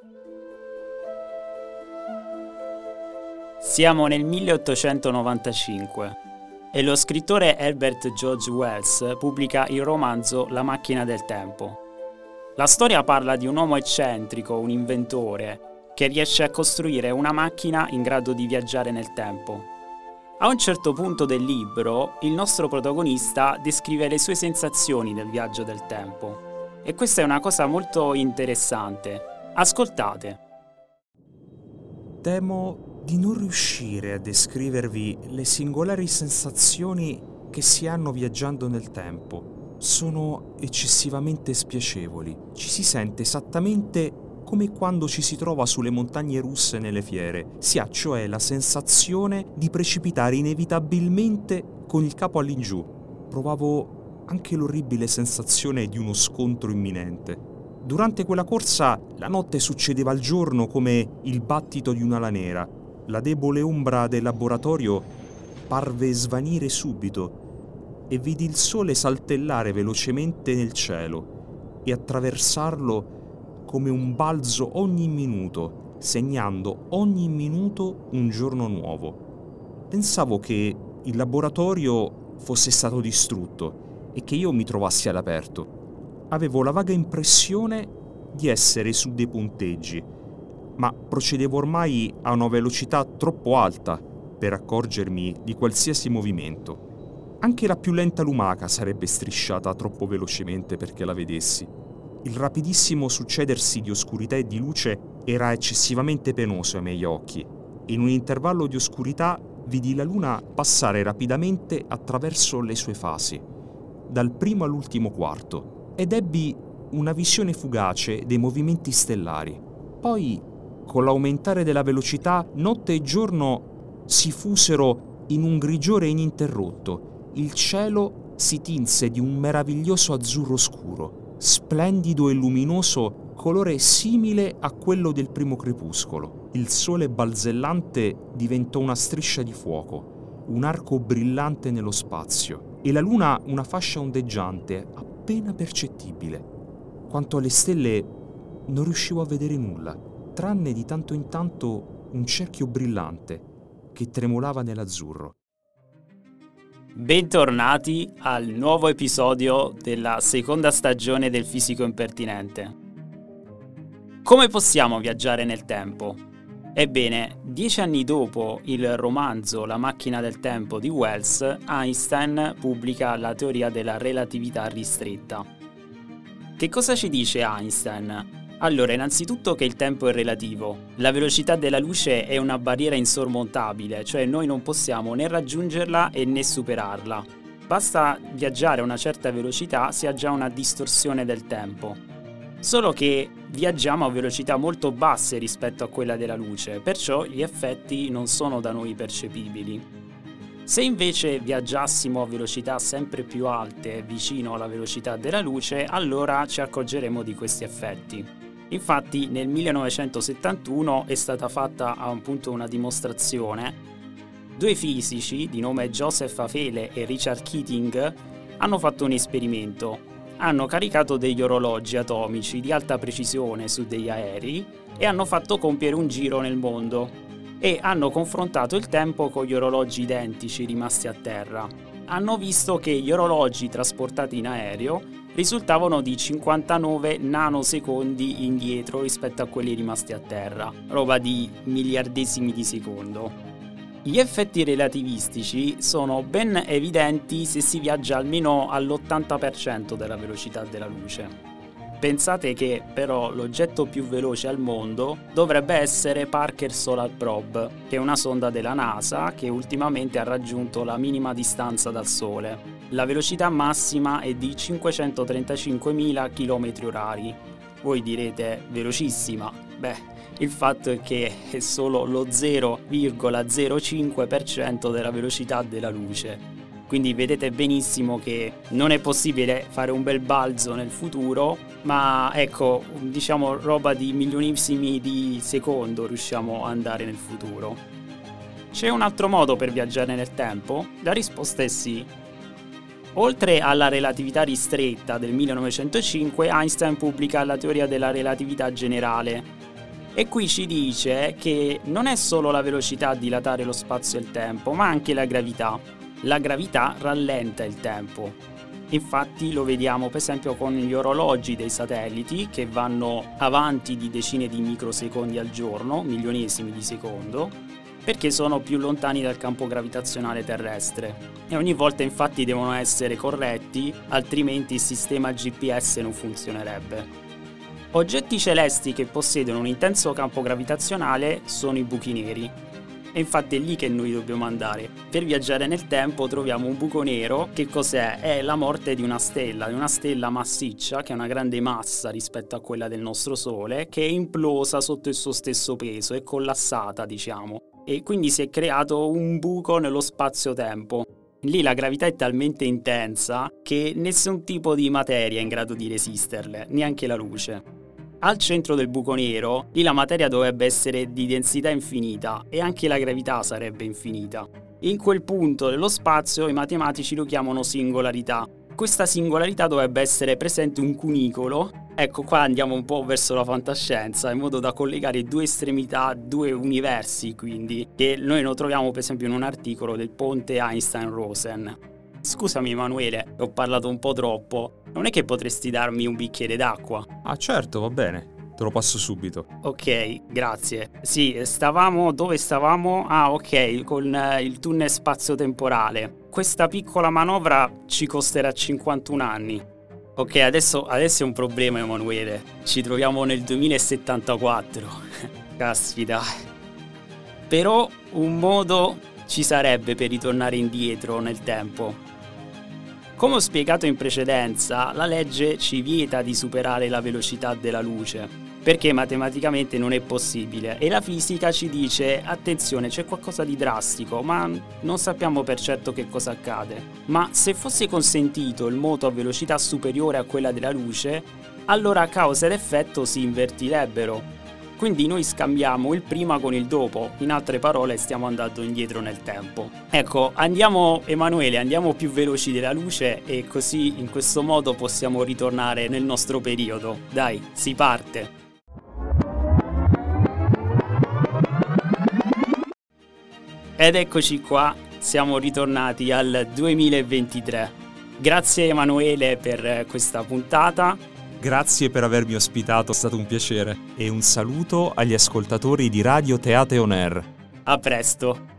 Siamo nel 1895 e lo scrittore Herbert George Wells pubblica il romanzo La macchina del tempo. La storia parla di un uomo eccentrico, un inventore, che riesce a costruire una macchina in grado di viaggiare nel tempo. A un certo punto del libro, il nostro protagonista descrive le sue sensazioni del viaggio del tempo. E questa è una cosa molto interessante. Ascoltate. Temo di non riuscire a descrivervi le singolari sensazioni che si hanno viaggiando nel tempo. Sono eccessivamente spiacevoli. Ci si sente esattamente come quando ci si trova sulle montagne russe nelle fiere. Si ha cioè la sensazione di precipitare inevitabilmente con il capo all'ingiù. Provavo anche l'orribile sensazione di uno scontro imminente. Durante quella corsa la notte succedeva al giorno come il battito di un'ala nera. La debole ombra del laboratorio parve svanire subito e vidi il sole saltellare velocemente nel cielo e attraversarlo come un balzo ogni minuto, segnando ogni minuto un giorno nuovo. Pensavo che il laboratorio fosse stato distrutto e che io mi trovassi all'aperto. Avevo la vaga impressione di essere su dei ponteggi, ma procedevo ormai a una velocità troppo alta per accorgermi di qualsiasi movimento. Anche la più lenta lumaca sarebbe strisciata troppo velocemente perché la vedessi. Il rapidissimo succedersi di oscurità e di luce era eccessivamente penoso ai miei occhi. In un intervallo di oscurità vidi la luna passare rapidamente attraverso le sue fasi, dal primo all'ultimo quarto, ed ebbi una visione fugace dei movimenti stellari. Poi, con l'aumentare della velocità, notte e giorno si fusero in un grigiore ininterrotto. Il cielo si tinse di un meraviglioso azzurro scuro, splendido e luminoso, colore simile a quello del primo crepuscolo. Il sole balzellante diventò una striscia di fuoco, un arco brillante nello spazio, e la luna una fascia ondeggiante, appena percettibile. Quanto alle stelle, non riuscivo a vedere nulla, tranne di tanto in tanto un cerchio brillante che tremolava nell'azzurro. Bentornati al nuovo episodio della seconda stagione del Fisico Impertinente. Come possiamo viaggiare nel tempo? Ebbene, 10 anni dopo il romanzo La macchina del tempo di Wells, Einstein pubblica la teoria della relatività ristretta. Che cosa ci dice Einstein? Allora, innanzitutto che il tempo è relativo. La velocità della luce è una barriera insormontabile, cioè noi non possiamo né raggiungerla né superarla. Basta viaggiare a una certa velocità, si ha già una distorsione del tempo. Solo che viaggiamo a velocità molto basse rispetto a quella della luce, perciò gli effetti non sono da noi percepibili. Se invece viaggiassimo a velocità sempre più alte, vicino alla velocità della luce, allora ci accorgeremo di questi effetti. Infatti nel 1971 è stata fatta appunto una dimostrazione. Due fisici di nome Joseph Afele e Richard Keating hanno fatto un esperimento. Hanno caricato degli orologi atomici di alta precisione su degli aerei e hanno fatto compiere un giro nel mondo e hanno confrontato il tempo con gli orologi identici rimasti a terra. Hanno visto che gli orologi trasportati in aereo risultavano di 59 nanosecondi indietro rispetto a quelli rimasti a terra, roba di miliardesimi di secondo. Gli effetti relativistici sono ben evidenti se si viaggia almeno all'80% della velocità della luce. Pensate che però l'oggetto più veloce al mondo dovrebbe essere Parker Solar Probe, che è una sonda della NASA che ultimamente ha raggiunto la minima distanza dal Sole. La velocità massima è di 535.000 km/h. Voi direte, velocissima? Beh, il fatto è che è solo lo 0,05% della velocità della luce. Quindi vedete benissimo che non è possibile fare un bel balzo nel futuro, ma ecco, diciamo roba di milionissimi di secondo riusciamo ad andare nel futuro. C'è un altro modo per viaggiare nel tempo? La risposta è sì. Oltre alla relatività ristretta del 1905, Einstein pubblica la teoria della relatività generale. E qui ci dice che non è solo la velocità a dilatare lo spazio e il tempo, ma anche la gravità. La gravità rallenta il tempo. Infatti lo vediamo per esempio con gli orologi dei satelliti che vanno avanti di decine di microsecondi al giorno, milionesimi di secondo, perché sono più lontani dal campo gravitazionale terrestre. E ogni volta infatti devono essere corretti, altrimenti il sistema GPS non funzionerebbe. Oggetti celesti che possiedono un intenso campo gravitazionale sono i buchi neri. E infatti è lì che noi dobbiamo andare. Per viaggiare nel tempo troviamo un buco nero. Che cos'è? È la morte di una stella massiccia, che ha una grande massa rispetto a quella del nostro Sole, che è implosa sotto il suo stesso peso, è collassata, diciamo. E quindi si è creato un buco nello spazio-tempo. Lì la gravità è talmente intensa che nessun tipo di materia è in grado di resisterle, neanche la luce. Al centro del buco nero, lì la materia dovrebbe essere di densità infinita e anche la gravità sarebbe infinita. In quel punto dello spazio i matematici lo chiamano singolarità. Questa singolarità dovrebbe essere presente un cunicolo. Ecco, qua andiamo un po' verso la fantascienza, in modo da collegare due estremità, due universi, quindi, che noi lo troviamo per esempio in un articolo del ponte Einstein-Rosen. Scusami Emanuele, ho parlato un po' troppo. Non è che potresti darmi un bicchiere d'acqua? Ah certo, va bene, te lo passo subito. Ok, grazie. Sì, dove stavamo? Ah, ok, con il tunnel spazio-temporale. Questa piccola manovra ci costerà 51 anni. Ok, adesso è un problema, Emanuele. Ci troviamo nel 2074. Caspita. Però un modo ci sarebbe per ritornare indietro nel tempo. Come ho spiegato in precedenza, la legge ci vieta di superare la velocità della luce, perché matematicamente non è possibile, e la fisica ci dice attenzione, c'è qualcosa di drastico, ma non sappiamo per certo che cosa accade. Ma se fosse consentito il moto a velocità superiore a quella della luce, allora causa ed effetto si invertirebbero. Quindi noi scambiamo il prima con il dopo, in altre parole stiamo andando indietro nel tempo. Ecco, Emanuele, andiamo più veloci della luce e così in questo modo possiamo ritornare nel nostro periodo. Dai, si parte! Ed eccoci qua, siamo ritornati al 2023. Grazie Emanuele per questa puntata. Grazie per avermi ospitato, è stato un piacere. E un saluto agli ascoltatori di Radio Teate On Air. A presto!